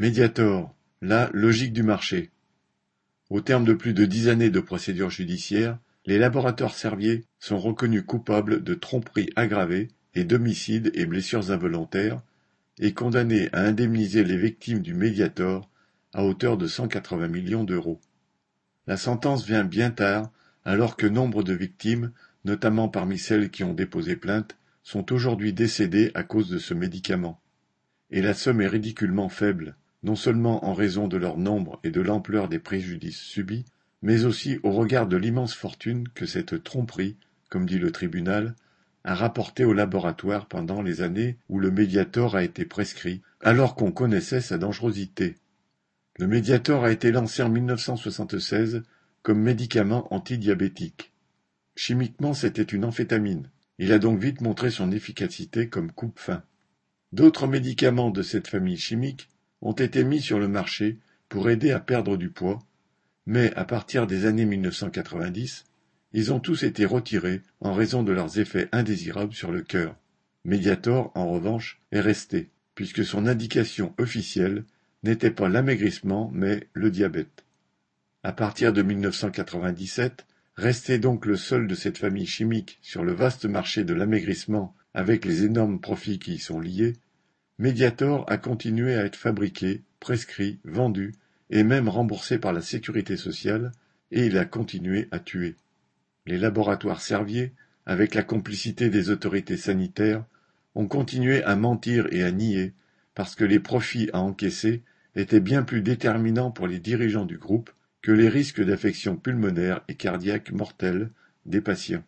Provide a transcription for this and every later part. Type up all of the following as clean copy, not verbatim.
Mediator, la logique du marché. Au terme de plus de 10 années de procédures judiciaires, les laboratoires Servier sont reconnus coupables de tromperie aggravée et d'homicide et blessures involontaires et condamnés à indemniser les victimes du Mediator à hauteur de 180 millions d'euros. La sentence vient bien tard, alors que nombre de victimes, notamment parmi celles qui ont déposé plainte, sont aujourd'hui décédées à cause de ce médicament. Et la somme est ridiculement faible, non seulement en raison de leur nombre et de l'ampleur des préjudices subis, mais aussi au regard de l'immense fortune que cette tromperie, comme dit le tribunal, a rapporté au laboratoire pendant les années où le Mediator a été prescrit, alors qu'on connaissait sa dangerosité. Le Mediator a été lancé en 1976 comme médicament antidiabétique. Chimiquement, c'était une amphétamine. Il a donc vite montré son efficacité comme coupe-faim. D'autres médicaments de cette famille chimique ont été mis sur le marché pour aider à perdre du poids, mais à partir des années 1990, ils ont tous été retirés en raison de leurs effets indésirables sur le cœur. Mediator, en revanche, est resté, puisque son indication officielle n'était pas l'amaigrissement, mais le diabète. À partir de 1997, resté donc le seul de cette famille chimique sur le vaste marché de l'amaigrissement avec les énormes profits qui y sont liés, Mediator a continué à être fabriqué, prescrit, vendu et même remboursé par la sécurité sociale, et il a continué à tuer. Les laboratoires Servier, avec la complicité des autorités sanitaires, ont continué à mentir et à nier parce que les profits à encaisser étaient bien plus déterminants pour les dirigeants du groupe que les risques d'affections pulmonaires et cardiaques mortelles des patients.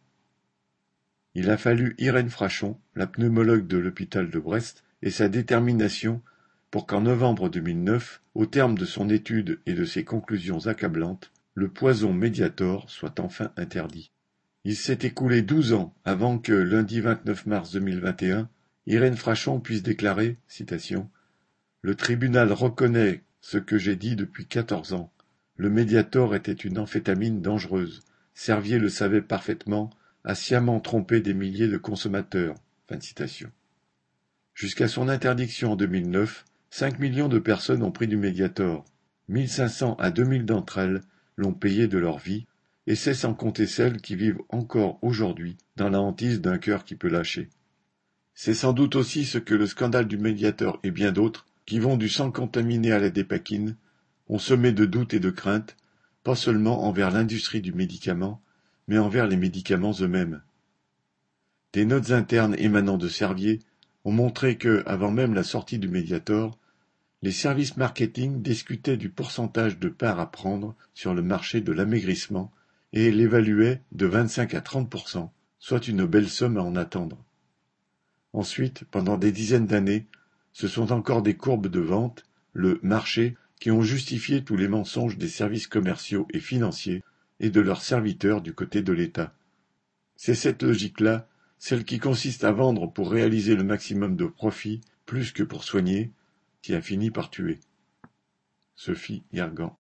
Il a fallu Irène Frachon, la pneumologue de l'hôpital de Brest, et sa détermination pour qu'en novembre 2009, au terme de son étude et de ses conclusions accablantes, le poison Mediator soit enfin interdit. Il s'est écoulé 12 ans avant que, lundi 29 mars 2021, Irène Frachon puisse déclarer, citation, « Le tribunal reconnaît ce que j'ai dit depuis 14 ans. Le Mediator était une amphétamine dangereuse. Servier le savait parfaitement, a sciemment trompé des milliers de consommateurs. » Fin de citation. Jusqu'à son interdiction en 2009, 5 millions de personnes ont pris du Mediator. 1500 à 2000 d'entre elles l'ont payé de leur vie, et c'est sans compter celles qui vivent encore aujourd'hui dans la hantise d'un cœur qui peut lâcher. C'est sans doute aussi ce que le scandale du Mediator et bien d'autres, qui vont du sang contaminé à la dépakine, ont semé de doutes et de craintes, pas seulement envers l'industrie du médicament, mais envers les médicaments eux-mêmes. Des notes internes émanant de Servier ont montré que, avant même la sortie du Mediator, les services marketing discutaient du pourcentage de part à prendre sur le marché de l'amaigrissement et l'évaluaient de 25 à 30%, soit une belle somme à en attendre. Ensuite, pendant des dizaines d'années, ce sont encore des courbes de vente, le marché, qui ont justifié tous les mensonges des services commerciaux et financiers et de leurs serviteurs du côté de l'État. C'est cette logique-là, celle qui consiste à vendre pour réaliser le maximum de profit plus que pour soigner, qui a fini par tuer. Sophie Yergan.